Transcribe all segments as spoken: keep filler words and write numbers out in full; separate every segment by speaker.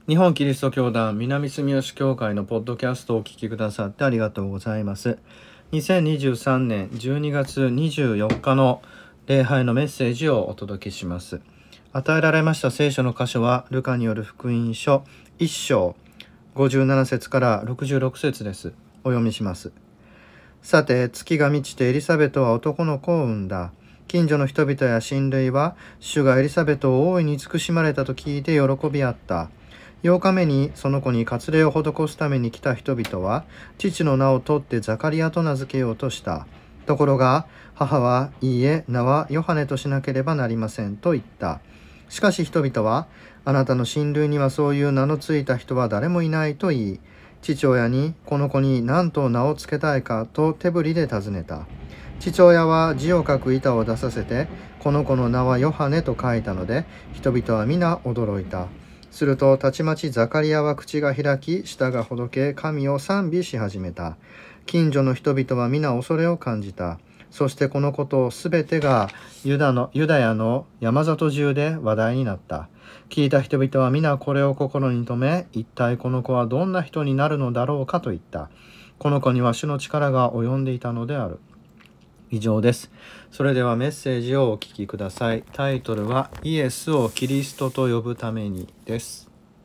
Speaker 1: 日本キリスト教団南住吉教会のポッドキャストをお聞きくださってありがとうございます。にせんにじゅうさんねんじゅうにがつにじゅうよっかの礼拝のメッセージをお届けします。与えられました聖書の箇所はルカによる福音書いっ章ごじゅうなな節からろくじゅうろく節です。お読みします。さて、月が満ちてエリザベトは男の子を産んだ。近所の人々や親類は主がエリザベトを大いに慈しまれたと聞いて喜び合った。ようかめにその子に割礼を施すために来た人々は父の名を取ってザカリアと名付けようとした。ところが母はいいえ、名はヨハネとしなければなりませんと言った。しかし人々はあなたの親類にはそういう名のついた人は誰もいないと言い、父親にこの子に何と名をつけたいかと手振りで尋ねた。父親は字を書く板を出させて、この子の名はヨハネと書いたので、人々は皆驚いた。するとたちまちザカリアは口が開き、舌がほどけ、神を賛美し始めた。近所の人々は皆恐れを感じた。そしてこのことすべてがユダのユダヤの山里中で話題になった。聞いた人々は皆これを心に留め、一体この子はどんな人になるのだろうかと言った。この子には主の力が及んでいたのである。以上です。それではメッセージをお聞きください。タイトルはイエスをキリストと呼ぶためにです。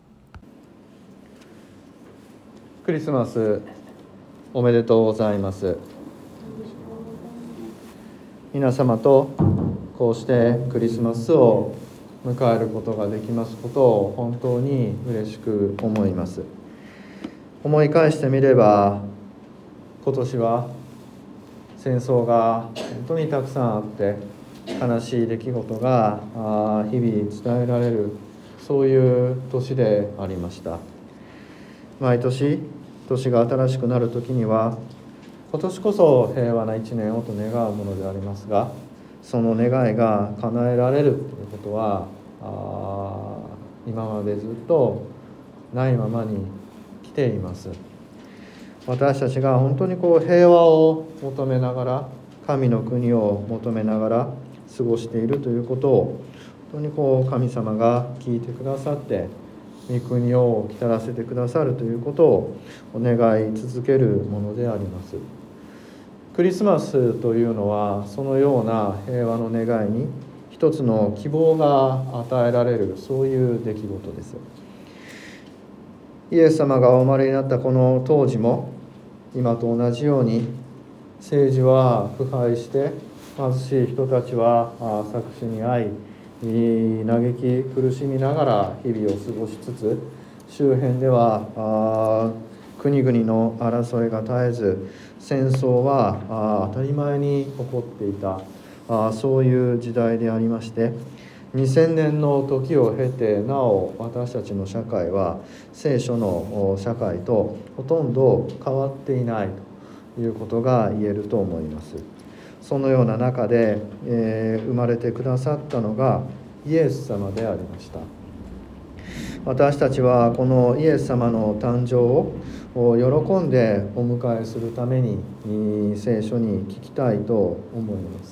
Speaker 1: クリスマスおめでとうございます。皆様とこうしてクリスマスを迎えることができますことを本当に嬉しく思います。思い返してみれば、今年は戦争が本当にたくさんあって悲しい出来事が日々伝えられる、そういう年でありました。毎年年が新しくなる時には、今年こそ平和な一年をと願うものでありますが、その願いが叶えられるということはあ今までずっとないままに来ています。私たちが本当にこう平和を求めながら、神の国を求めながら過ごしているということを、本当にこう神様が聞いてくださって、御国を来たらせてくださるということをお願い続けるものであります。クリスマスというのはそのような平和の願いに一つの希望が与えられる、そういう出来事です。イエス様がお生まれになったこの当時も今と同じように、政治は腐敗して貧しい人たちは搾取に遭い、嘆き苦しみながら日々を過ごしつつ、周辺では国々の争いが絶えず、戦争は当たり前に起こっていた、そういう時代でありまして、にせんねんの時を経てなお私たちの社会は聖書の社会とほとんど変わっていないということが言えると思います。そのような中で、えー、生まれてくださったのがイエス様でありました。私たちはこのイエス様の誕生を喜んでお迎えするために聖書に聞きたいと思います。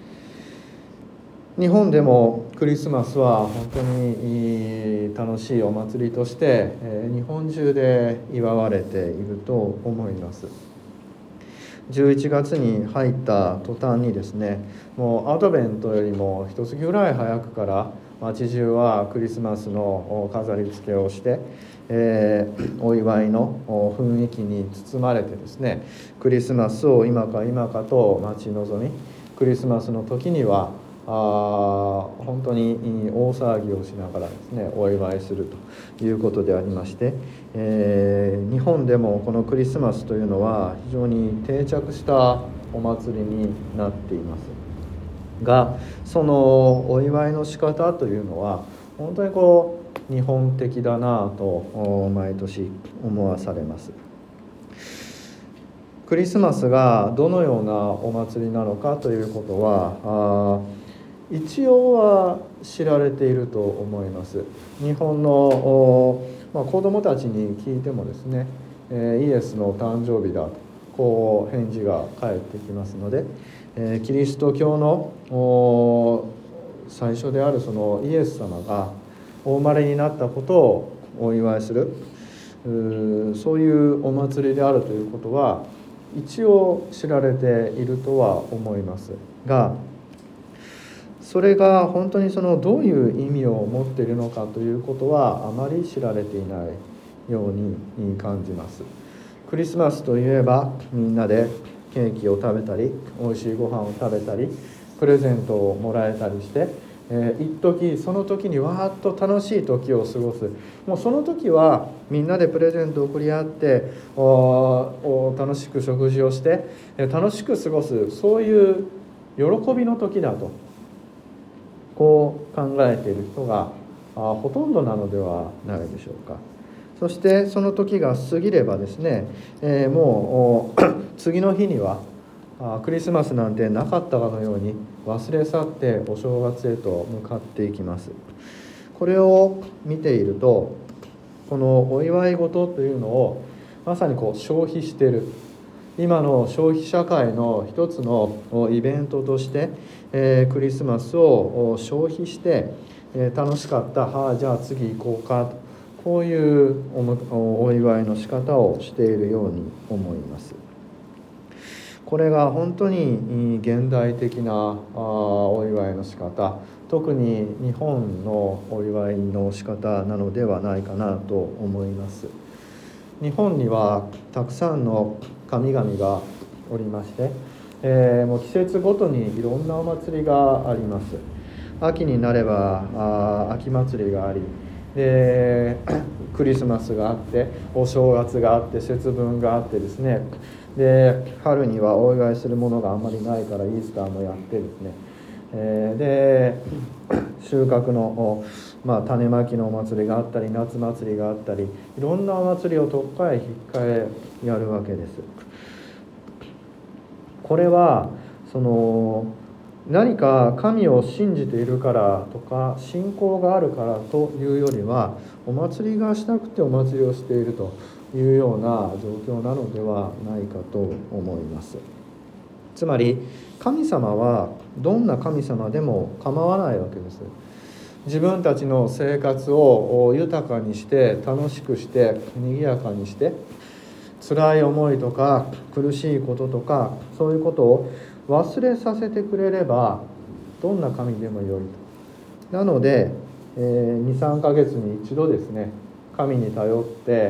Speaker 1: 日本でもクリスマスは本当に楽しいお祭りとして日本中で祝われていると思います。じゅういちがつに入った途端にですね、もうアドベントよりも一月ぐらい早くから街中はクリスマスの飾り付けをして、えー、お祝いの雰囲気に包まれてですね、クリスマスを今か今かと待ち望み、クリスマスの時にはあ本当に大騒ぎをしながらですね、お祝いするということでありまして、えー、日本でもこのクリスマスというのは非常に定着したお祭りになっていますが、そのお祝いの仕方というのは本当にこう日本的だなと毎年思わされます。クリスマスがどのようなお祭りなのかということは一応は知られていると思います。日本の、まあ、子どもたちに聞いてもですね、えー、イエスの誕生日だとこう返事が返ってきますので、えー、キリスト教の最初であるそのイエス様がお生まれになったことをお祝いするそういうお祭りであるということは一応知られているとは思いますが、それが本当にそのどういう意味を持っているのかということはあまり知られていないように感じます。クリスマスといえばみんなでケーキを食べたりおいしいご飯を食べたりプレゼントをもらえたりして、えー、一時その時にわーっと楽しい時を過ごす。もうその時はみんなでプレゼントを送り合っておお楽しく食事をして楽しく過ごす、そういう喜びの時だとこう考えている人があほとんどなのではないでしょうか。そしてその時が過ぎればですね、えー、もう次の日にはクリスマスなんてなかったかのように忘れ去ってお正月へと向かっていきます。これを見ているとこのお祝い事というのをまさにこう消費している今の消費社会の一つのイベントとして、えー、クリスマスを消費して、えー、楽しかったはあじゃあ次行こうかとこういうお祝いの仕方をしているように思います。これが本当に現代的なお祝いの仕方、特に日本のお祝いの仕方なのではないかなと思います。日本にはたくさんの神々がおりまして、えー、もう季節ごとにいろんなお祭りがあります。秋になればあ秋祭りがあり、でクリスマスがあってお正月があって節分があってですね、で春にはお祝いするものがあんまりないからイースターもやってですね、えー、で収穫の、まあ、種まきのお祭りがあったり夏祭りがあったりいろんなお祭りをとっかえ引っかえやるわけです。これはその何か神を信じているからとか信仰があるからというよりはお祭りがしたくてお祭りをしているというような状況なのではないかと思います。つまり神様はどんな神様でも構わないわけです。自分たちの生活を豊かにして楽しくして賑やかにして辛い思いとか苦しいこととかそういうことを忘れさせてくれればどんな神でもよいと。なので、えー、にさんかげつに一度ですね神に頼って、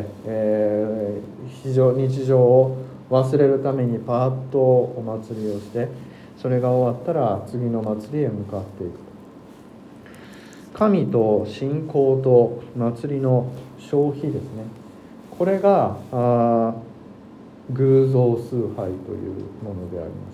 Speaker 1: えー、非常日常を忘れるためにパーッとお祭りをしてそれが終わったら次の祭りへ向かっていくと。神と信仰と祭りの消費ですね、これがあ偶像崇拝というものであります。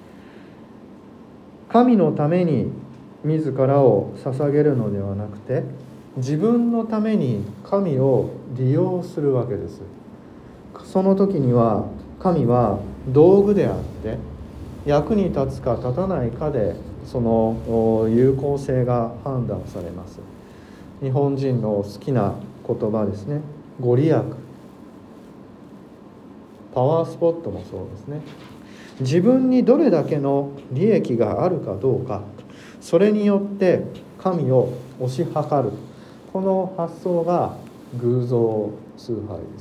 Speaker 1: 神のために自らを捧げるのではなくて自分のために神を利用するわけです。その時には神は道具であって役に立つか立たないかでその有効性が判断されます。日本人の好きな言葉ですね、ご利益、パワースポットもそうですね。自分にどれだけの利益があるかどうか、それによって神を推し量る、この発想が偶像崇拝です。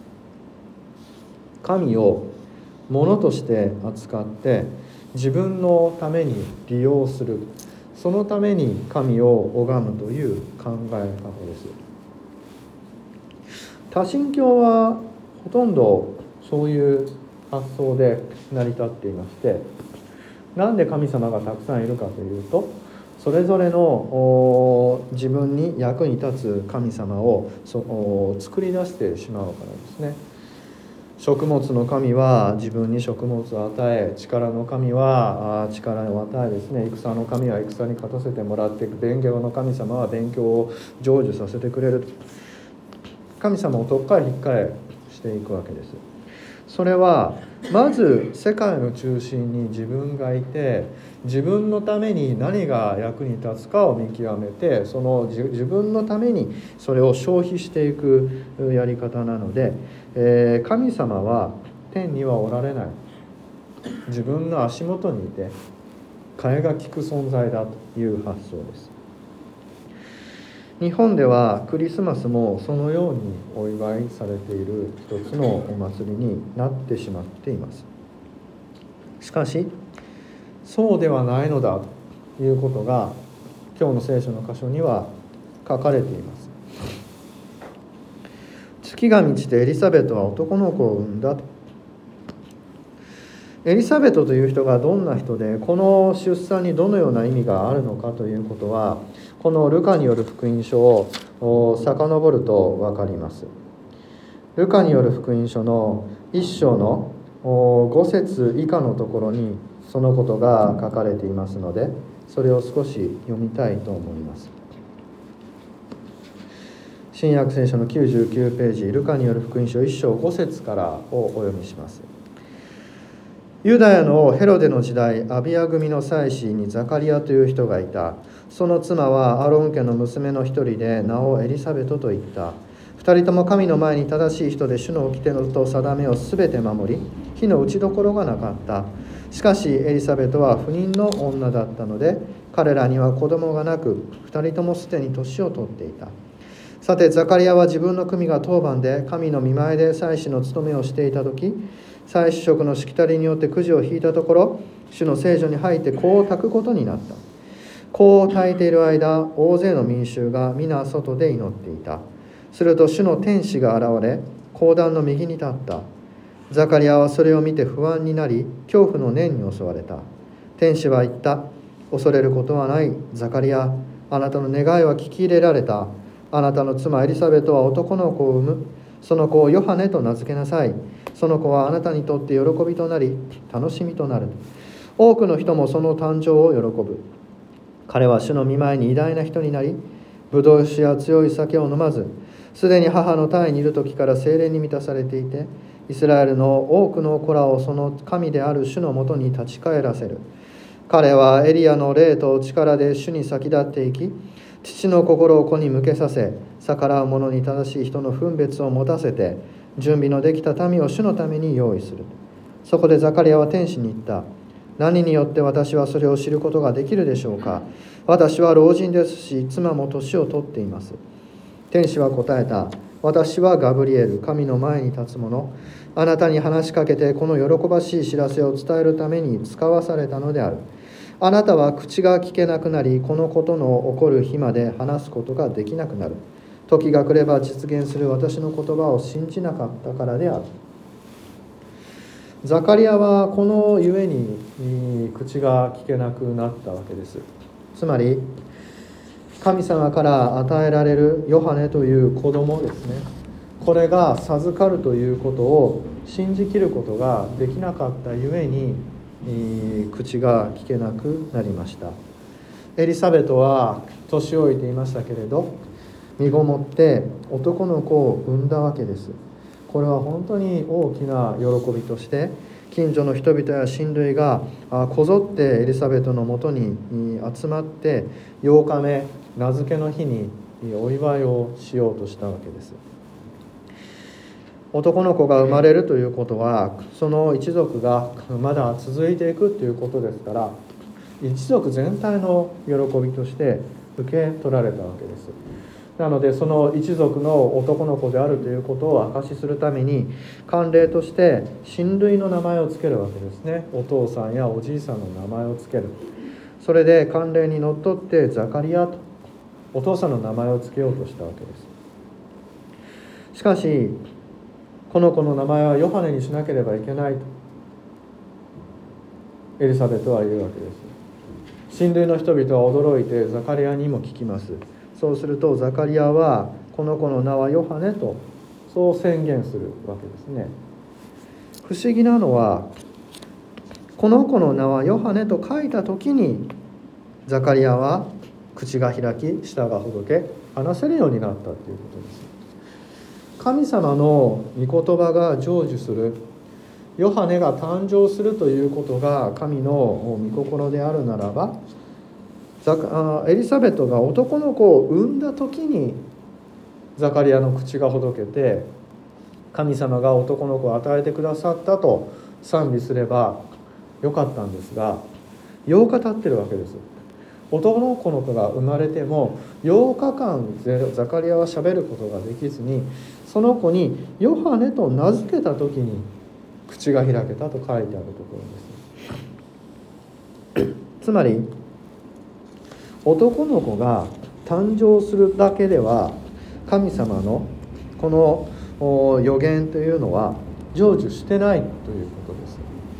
Speaker 1: 神を物として扱って自分のために利用する、そのために神を拝むという考え方です。多神教はほとんどそういう発想で成り立っていまして、なんで神様がたくさんいるかというと、それぞれの自分に役に立つ神様を作り出してしまうからですね。食物の神は自分に食物を与え、力の神は力を与えですね、戦の神は戦に勝たせてもらっていく、勉強の神様は勉強を成就させてくれる。神様をとっかえ引っかえしていくわけです。それはまず世界の中心に自分がいて、自分のために何が役に立つかを見極めて、その自分のためにそれを消費していくやり方なので、えー、神様は天にはおられない、自分の足元にいて替えが利く存在だという発想です。 日本ではクリスマスもそのようにお祝いされている一つのお祭りになってしまっています。しかしそうではないのだということが今日の聖書の箇所には書かれています。月が満ちてエリザベトは男の子を産んだと。エリザベトという人がどんな人で、この出産にどのような意味があるのかということは、このルカによる福音書を遡ると分かります。ルカによる福音書の一章のご節以下のところにそのことが書かれていますので、それを少し読みたいと思います。新約聖書のきゅうじゅうきゅうページ、ルカによる福音書一章ご節からをお読みします。ユダヤのヘロデの時代、アビア組の祭司にザカリアという人がいた。その妻はアロン家の娘の一人で、名をエリサベトと言った。二人とも神の前に正しい人で、主の掟と定めをすべて守り、火の打ちどころがなかった。しかしエリサベトは不妊の女だったので、彼らには子供がなく、二人ともすでに年を取っていた。さてザカリアは自分の組が当番で神の御前で祭司の務めをしていたとき、祭司職のしきたりによってくじを引いたところ、主の聖所に入って香を焚くことになった。香を焚いている間、大勢の民衆が皆外で祈っていた。すると主の天使が現れ、香壇の右に立った。ザカリアはそれを見て不安になり、恐怖の念に襲われた。天使は言った。恐れることはない、ザカリア。あなたの願いは聞き入れられた。あなたの妻エリサベトは男の子を産む。その子をヨハネと名付けなさい。その子はあなたにとって喜びとなり、楽しみとなる。多くの人もその誕生を喜ぶ。彼は主の御前に偉大な人になり、ブドウ酒や強い酒を飲まず、すでに母の胎にいる時から聖霊に満たされていて、イスラエルの多くの子らをその神である主のもとに立ち返らせる。彼はエリアの霊と力で主に先立っていき、父の心を子に向けさせ、逆らう者に正しい人の分別を持たせて、準備のできた民を主のために用意する。そこでザカリアは天使に言った。何によって私はそれを知ることができるでしょうか。私は老人ですし、妻も年を取っています。天使は答えた。私はガブリエル、神の前に立つ者。あなたに話しかけてこの喜ばしい知らせを伝えるために使わされたのである。あなたは口が聞けなくなり、このことの起こる日まで話すことができなくなる。時が来れば実現する私の言葉を信じなかったからである。ザカリアはこのゆえに口が聞けなくなったわけです。つまり神様から与えられるヨハネという子供ですね、これが授かるということを信じきることができなかったゆえに口が聞けなくなりました。エリザベトは年老いていましたけれど、身ごもって男の子を産んだわけです。これは本当に大きな喜びとして、近所の人々や親類がこぞってエリザベトのもとに集まって、ようかめ名付けの日にお祝いをしようとしたわけです。男の子が生まれるということは、その一族がまだ続いていくということですから、一族全体の喜びとして受け取られたわけです。なのでその一族の男の子であるということを証しするために、慣例として親類の名前をつけるわけですね。お父さんやおじいさんの名前をつける。それで慣例にのっとってザカリアとお父さんの名前をつけようとしたわけです。しかしこの子の名前はヨハネにしなければいけないとエリザベトは言うわけです。親類の人々は驚いてザカリアにも聞きます。そうするとザカリアはこの子の名はヨハネとそう宣言するわけですね。不思議なのは、この子の名はヨハネと書いた時にザカリアは口が開き、舌がほどけ、話せるようになったということです。神様の御言葉が成就する、ヨハネが誕生するということが神の御心であるならば、エリザベトが男の子を産んだ時にザカリアの口がほどけて、神様が男の子を与えてくださったと賛美すればよかったんですが、ようか経ってるわけです。 男の子の子が生まれてもようかかんザカリアはしゃべることができずに、その子にヨハネと名付けた時に口が開けたと書いてあるところです。つまり男の子が誕生するだけでは神様のこの予言というのは成就してないということです。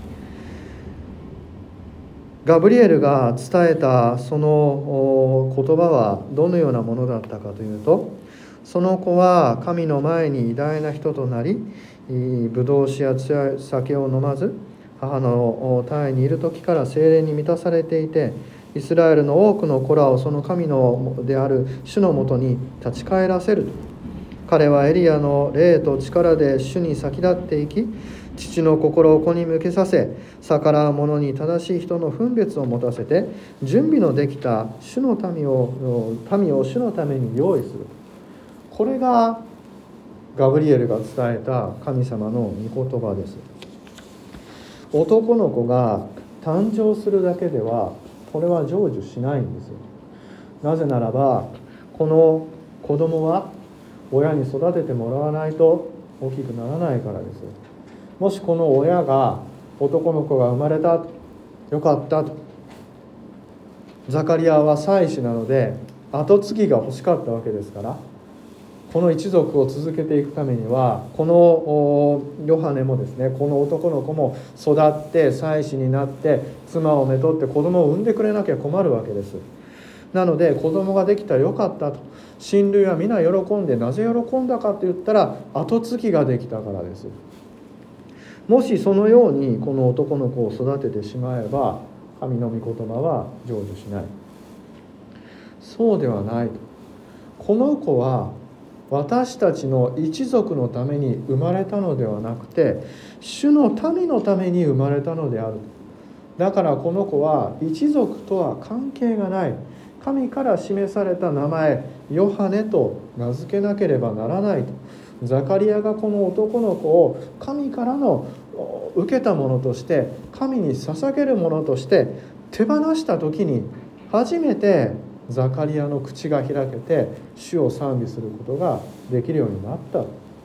Speaker 1: ガブリエルが伝えたその言葉はどのようなものだったかというと、その子は神の前に偉大な人となり、ブドウ酒や酒を飲まず母の胎にいる時から聖霊に満たされていて、イスラエルの多くの子らをその神のである主のもとに立ち返らせる。彼はエリアの霊と力で主に先立っていき、父の心を子に向けさせ、逆らう者に正しい人の分別を持たせて、準備のできた主の民を民を主のために用意する。これがガブリエルが伝えた神様の御言葉です。男の子が誕生するだけではこれは成就しないんですよ。なぜならば、この子供は親に育ててもらわないと大きくならないからです。もしこの親が男の子が生まれた、よかったと、ザカリアは祭司なので跡継ぎが欲しかったわけですから、この一族を続けていくためには、このヨハネもですね、この男の子も育って祭司になって妻をめとって子供を産んでくれなきゃ困るわけです。なので子供ができたらよかったと、親類は皆喜んで、なぜ喜んだかと言ったら跡継ぎができたからです。もしそのようにこの男の子を育ててしまえば神の御言葉は成就しない。そうではないと。この子は私たちの一族のために生まれたのではなくて、主の民のために生まれたのである。だからこの子は一族とは関係がない、神から示された名前ヨハネと名付けなければならないと。ザカリアがこの男の子を神からの受けたものとして、神に捧げるものとして手放した時に初めてザカリアの口が開けて主を賛美することができるようになった。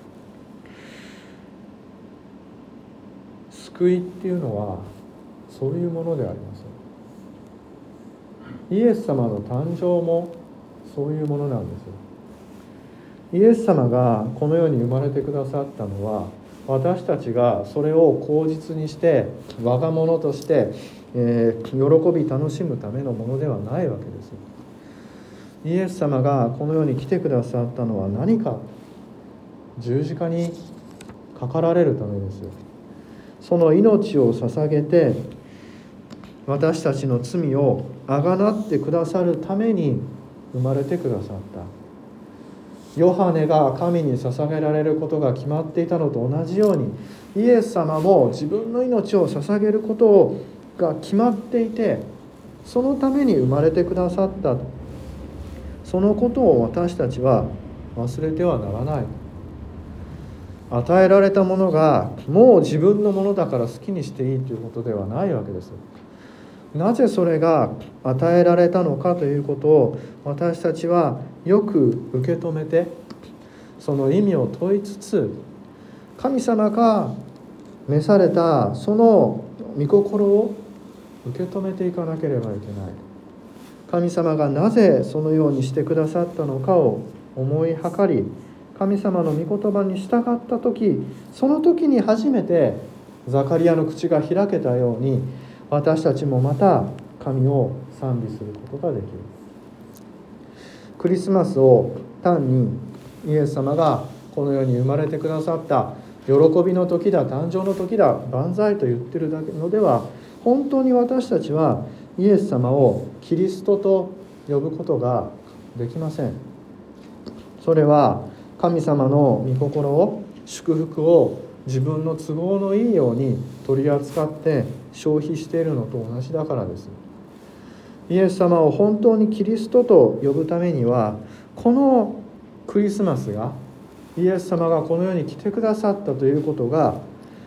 Speaker 1: 救いっていうのはそういうものであります。イエス様の誕生もそういうものなんです。イエス様がこの世に生まれてくださったのは、私たちがそれを口実にして我が物として、えー、喜び楽しむためのものではないわけです。イエス様がこの世に来てくださったのは何か、十字架にかかられるためです。その命を捧げて私たちの罪をあがなってくださるために生まれてくださった。ヨハネが神に捧げられることが決まっていたのと同じように、イエス様も自分の命を捧げることが決まっていて、そのために生まれてくださった。そのことを私たちは忘れてはならない。与えられたものがもう自分のものだから好きにしていいということではないわけです。なぜそれが与えられたのかということを私たちはよく受け止めて、その意味を問いつつ、神様が召されたその御心を受け止めていかなければいけない。神様がなぜそのようにしてくださったのかを思いはかり、神様の御言葉に従った時、その時に初めてザカリアの口が開けたように、私たちもまた神を賛美することができる。クリスマスを単にイエス様がこの世に生まれてくださった喜びの時だ、誕生の時だ、万歳と言ってるだけのでは、本当に私たちはイエス様をキリストと呼ぶことができません。それは神様の御心を、祝福を自分の都合のいいように取り扱って消費しているのと同じだからです。イエス様を本当にキリストと呼ぶためには、このクリスマスが、イエス様がこの世に来てくださったということが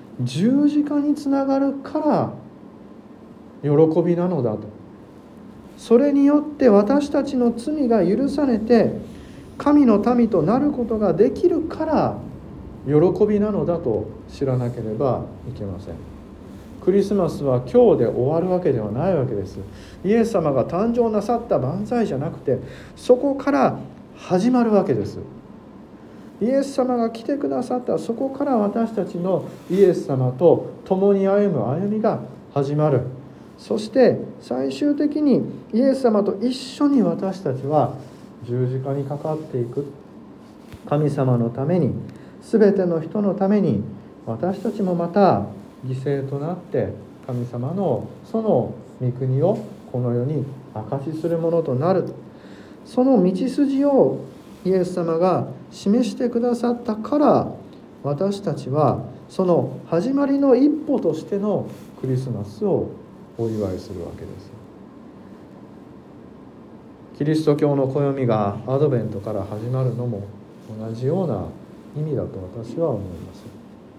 Speaker 1: 十字架につながるから喜びなのだと。 それによって私たちの罪が許されて神の民となることができるから喜びなのだと知らなければいけません。クリスマスは今日で終わるわけではないわけです。イエス様が誕生なさった万歳じゃなくて、そこから始まるわけです。イエス様が来てくださった、そこから私たちのイエス様と共に歩む歩みが始まる。そして最終的にイエス様と一緒に私たちは十字架にかかっていく。神様のために、すべての人のために、私たちもまた犠牲となって神様のその御国をこの世に証しするものとなる。その道筋をイエス様が示してくださったから、私たちはその始まりの一歩としてのクリスマスをお祝いするわけです。キリスト教の暦がアドベントから始まるのも同じような意味だと私は思います。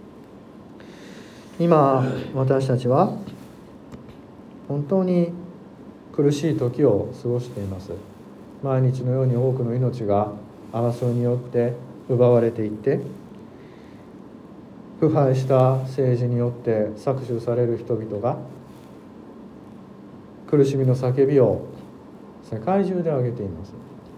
Speaker 1: 今私たちは本当に苦しい時を過ごしています。毎日のように多くの命が争いによって奪われていって、腐敗した政治によって搾取される人々が苦しみの叫びを世界中で上げています。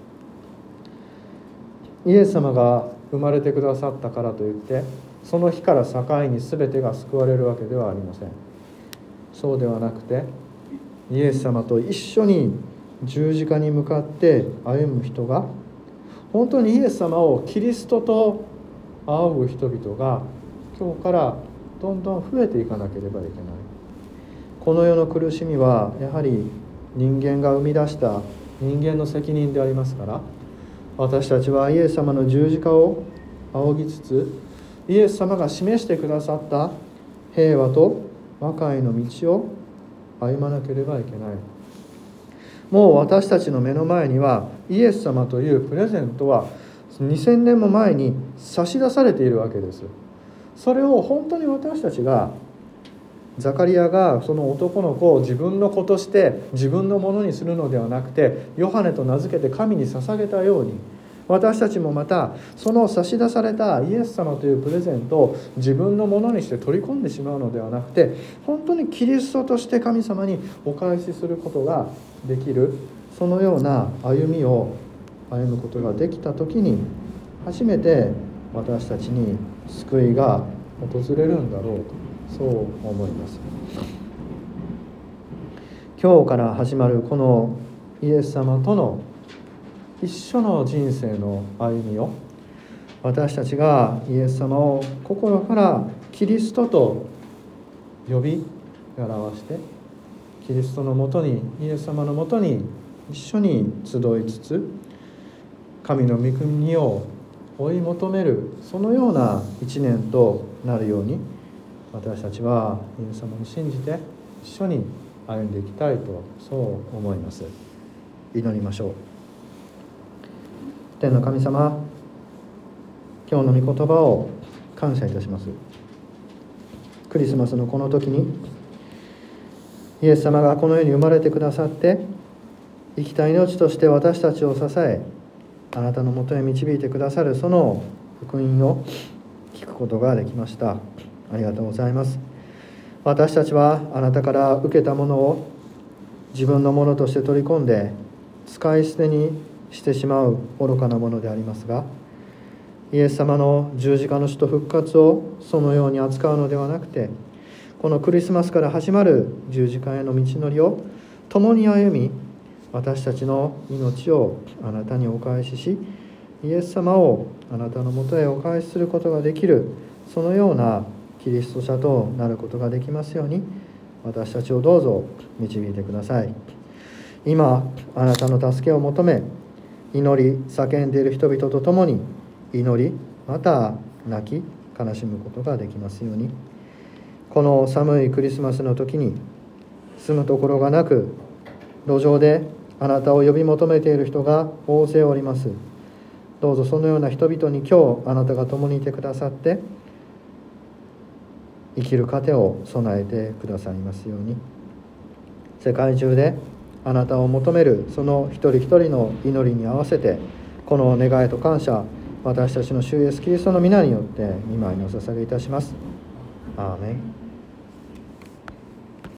Speaker 1: イエス様が生まれてくださったからといってその日から境に全てが救われるわけではありません。そうではなくて、イエス様と一緒に十字架に向かって歩む人が、本当にイエス様をキリストと仰ぐ人々が今日からどんどん増えていかなければいけない。この世の苦しみはやはり人間が生み出した人間の責任でありますから、私たちはイエス様の十字架を仰ぎつつ、イエス様が示してくださった平和と和解の道を歩まなければいけない。もう私たちの目の前にはイエス様というプレゼントはにせんねんも前に差し出されているわけです。それを本当に私たちが、ザカリアがその男の子を自分の子として自分のものにするのではなくて、ヨハネと名付けて神に捧げたように、私たちもまたその差し出されたイエス様というプレゼントを自分のものにして取り込んでしまうのではなくて、本当にキリストとして神様にお返しすることができる、そのような歩みを歩むことができた時に、初めて私たちに救いが訪れるんだろうと、そう思います。今日から始まるこのイエス様との一緒の人生の歩みを、私たちがイエス様を心からキリストと呼び表して、キリストのもとに、イエス様のもとに一緒に集いつつ、神の御国を追い求める、そのような一年となるように、私たちはイエス様を信じて一緒に歩んでいきたいと、そう思います。祈りましょう。天の神様、今日の御言葉を感謝いたします。クリスマスのこの時にイエス様がこの世に生まれてくださって、生きた命として私たちを支え、あなたのもとへ導いてくださるその福音を聞くことができました。ありがとうございます。私たちはあなたから受けたものを自分のものとして取り込んで使い捨てにしてしまう愚かなものでありますが、イエス様の十字架の死と復活をそのように扱うのではなくて、このクリスマスから始まる十字架への道のりを共に歩み、私たちの命をあなたにお返しし、イエス様をあなたのもとへお返しすることができる、そのようなキリスト者となることができますように、私たちをどうぞ導いてください。今あなたの助けを求め祈り叫んでいる人々と共に祈り、また泣き悲しむことができますように。この寒いクリスマスの時に住むところがなく、路上であなたを呼び求めている人が大勢おります。どうぞそのような人々に今日あなたが共にいてくださって、生きる糧を備えてくださいますように。世界中であなたを求めるその一人一人の祈りに合わせて、この願いと感謝、私たちの主イエスキリストの皆によって御前にお捧げいたします。アーメン。